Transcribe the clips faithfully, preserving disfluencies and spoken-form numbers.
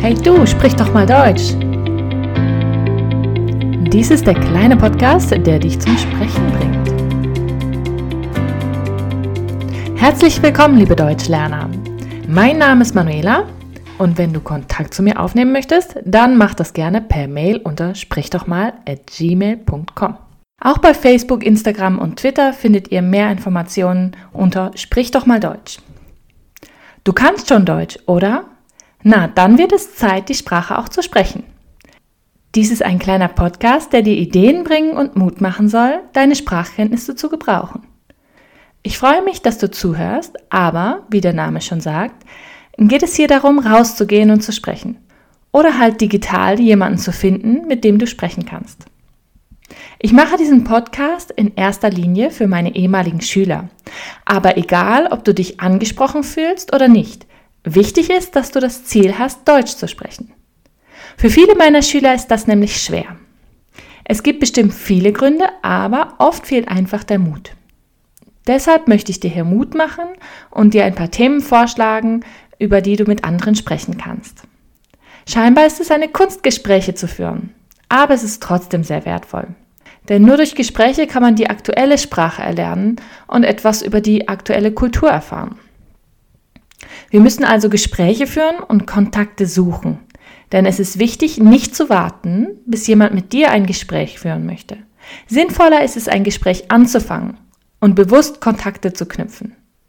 Hey du, sprich doch mal Deutsch! Dies ist der kleine Podcast, der dich zum Sprechen bringt. Herzlich willkommen, liebe Deutschlerner! Mein Name ist Manuela und wenn du Kontakt zu mir aufnehmen möchtest, dann mach das gerne per Mail unter sprichdochmal at gmail punkt com. Auch bei Facebook, Instagram und Twitter findet ihr mehr Informationen unter Sprich doch mal Deutsch. Du kannst schon Deutsch, oder? Na, dann wird es Zeit, die Sprache auch zu sprechen. Dies ist ein kleiner Podcast, der dir Ideen bringen und Mut machen soll, deine Sprachkenntnisse zu gebrauchen. Ich freue mich, dass du zuhörst, aber, wie der Name schon sagt, geht es hier darum, rauszugehen und zu sprechen. Oder halt digital jemanden zu finden, mit dem du sprechen kannst. Ich mache diesen Podcast in erster Linie für meine ehemaligen Schüler. Aber egal, ob du dich angesprochen fühlst oder nicht, wichtig ist, dass du das Ziel hast, Deutsch zu sprechen. Für viele meiner Schüler ist das nämlich schwer. Es gibt bestimmt viele Gründe, aber oft fehlt einfach der Mut. Deshalb möchte ich dir hier Mut machen und dir ein paar Themen vorschlagen, über die du mit anderen sprechen kannst. Scheinbar ist es eine Kunst, Gespräche zu führen, aber es ist trotzdem sehr wertvoll. Denn nur durch Gespräche kann man die aktuelle Sprache erlernen und etwas über die aktuelle Kultur erfahren. Wir müssen also Gespräche führen und Kontakte suchen. Denn es ist wichtig, nicht zu warten, bis jemand mit dir ein Gespräch führen möchte. Sinnvoller ist es, ein Gespräch anzufangen und bewusst Kontakte zu knüpfen.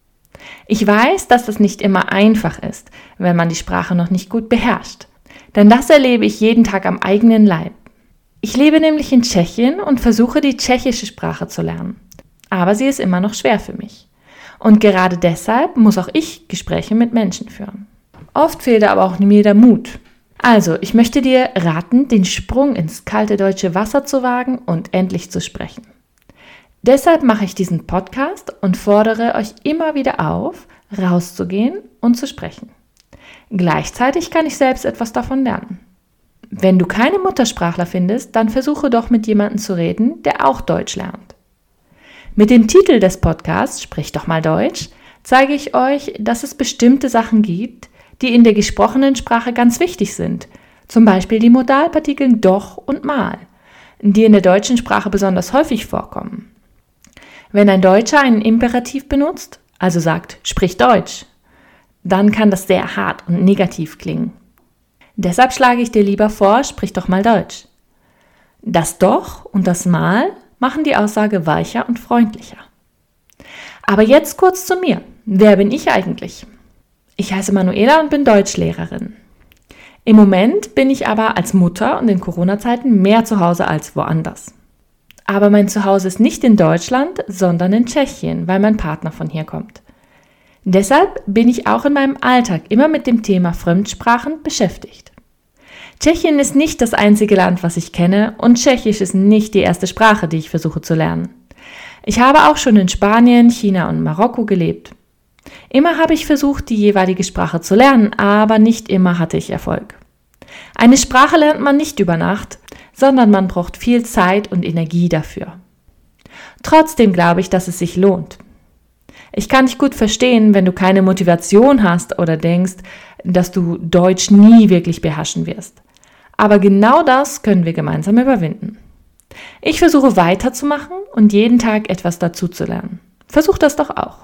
Ich weiß, dass das nicht immer einfach ist, wenn man die Sprache noch nicht gut beherrscht. Denn das erlebe ich jeden Tag am eigenen Leib. Ich lebe nämlich in Tschechien und versuche, die tschechische Sprache zu lernen. Aber sie ist immer noch schwer für mich. Und gerade deshalb muss auch ich Gespräche mit Menschen führen. Oft fehlt aber auch mir der Mut. Also, ich möchte dir raten, den Sprung ins kalte deutsche Wasser zu wagen und endlich zu sprechen. Deshalb mache ich diesen Podcast und fordere euch immer wieder auf, rauszugehen und zu sprechen. Gleichzeitig kann ich selbst etwas davon lernen. Wenn du keine Muttersprachler findest, dann versuche doch mit jemandem zu reden, der auch Deutsch lernt. Mit dem Titel des Podcasts, Sprich doch mal Deutsch, zeige ich euch, dass es bestimmte Sachen gibt, die in der gesprochenen Sprache ganz wichtig sind. Zum Beispiel die Modalpartikel doch und mal, die in der deutschen Sprache besonders häufig vorkommen. Wenn ein Deutscher einen Imperativ benutzt, also sagt, sprich Deutsch, dann kann das sehr hart und negativ klingen. Deshalb schlage ich dir lieber vor, sprich doch mal Deutsch. Das doch und das mal machen die Aussage weicher und freundlicher. Aber jetzt kurz zu mir. Wer bin ich eigentlich? Ich heiße Manuela und bin Deutschlehrerin. Im Moment bin ich aber als Mutter und in Corona-Zeiten mehr zu Hause als woanders. Aber mein Zuhause ist nicht in Deutschland, sondern in Tschechien, weil mein Partner von hier kommt. Deshalb bin ich auch in meinem Alltag immer mit dem Thema Fremdsprachen beschäftigt. Tschechien ist nicht das einzige Land, was ich kenne, und Tschechisch ist nicht die erste Sprache, die ich versuche zu lernen. Ich habe auch schon in Spanien, China und Marokko gelebt. Immer habe ich versucht, die jeweilige Sprache zu lernen, aber nicht immer hatte ich Erfolg. Eine Sprache lernt man nicht über Nacht, sondern man braucht viel Zeit und Energie dafür. Trotzdem glaube ich, dass es sich lohnt. Ich kann dich gut verstehen, wenn du keine Motivation hast oder denkst, dass du Deutsch nie wirklich beherrschen wirst. Aber genau das können wir gemeinsam überwinden. Ich versuche weiterzumachen und jeden Tag etwas dazu zu lernen. Versuch das doch auch.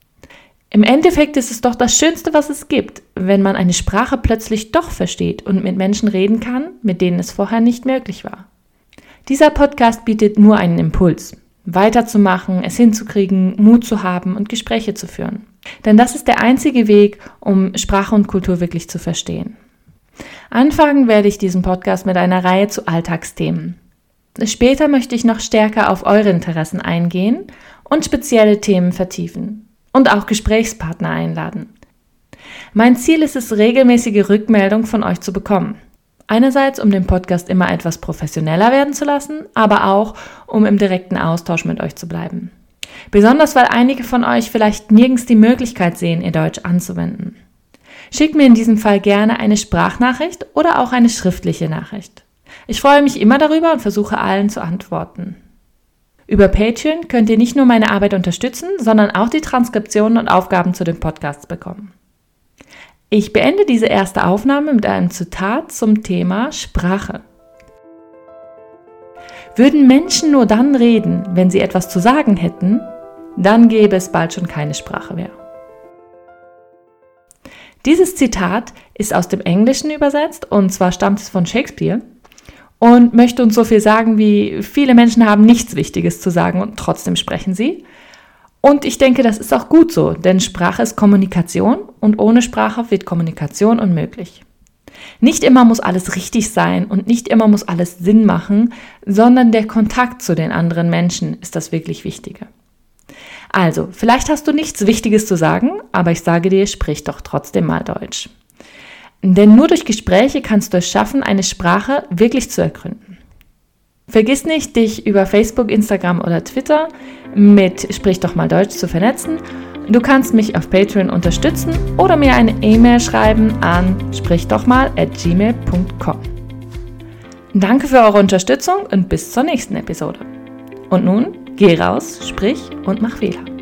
Im Endeffekt ist es doch das Schönste, was es gibt, wenn man eine Sprache plötzlich doch versteht und mit Menschen reden kann, mit denen es vorher nicht möglich war. Dieser Podcast bietet nur einen Impuls, weiterzumachen, es hinzukriegen, Mut zu haben und Gespräche zu führen. Denn das ist der einzige Weg, um Sprache und Kultur wirklich zu verstehen. Anfangen werde ich diesen Podcast mit einer Reihe zu Alltagsthemen. Später möchte ich noch stärker auf eure Interessen eingehen und spezielle Themen vertiefen und auch Gesprächspartner einladen. Mein Ziel ist es, regelmäßige Rückmeldung von euch zu bekommen. Einerseits, um den Podcast immer etwas professioneller werden zu lassen, aber auch, um im direkten Austausch mit euch zu bleiben. Besonders, weil einige von euch vielleicht nirgends die Möglichkeit sehen, ihr Deutsch anzuwenden. Schickt mir in diesem Fall gerne eine Sprachnachricht oder auch eine schriftliche Nachricht. Ich freue mich immer darüber und versuche allen zu antworten. Über Patreon könnt ihr nicht nur meine Arbeit unterstützen, sondern auch die Transkriptionen und Aufgaben zu den Podcasts bekommen. Ich beende diese erste Aufnahme mit einem Zitat zum Thema Sprache. Würden Menschen nur dann reden, wenn sie etwas zu sagen hätten, dann gäbe es bald schon keine Sprache mehr. Dieses Zitat ist aus dem Englischen übersetzt und zwar stammt es von Shakespeare und möchte uns so viel sagen wie: Viele Menschen haben nichts Wichtiges zu sagen und trotzdem sprechen sie. Und ich denke, das ist auch gut so, denn Sprache ist Kommunikation und ohne Sprache wird Kommunikation unmöglich. Nicht immer muss alles richtig sein und nicht immer muss alles Sinn machen, sondern der Kontakt zu den anderen Menschen ist das wirklich Wichtige. Also, vielleicht hast du nichts Wichtiges zu sagen, aber ich sage dir, sprich doch trotzdem mal Deutsch. Denn nur durch Gespräche kannst du es schaffen, eine Sprache wirklich zu ergründen. Vergiss nicht, dich über Facebook, Instagram oder Twitter mit Sprich doch mal Deutsch zu vernetzen. Du kannst mich auf Patreon unterstützen oder mir eine E-Mail schreiben an sprichdochmal at gmail punkt com. Danke für eure Unterstützung und bis zur nächsten Episode. Und nun, geh raus, sprich und mach Fehler.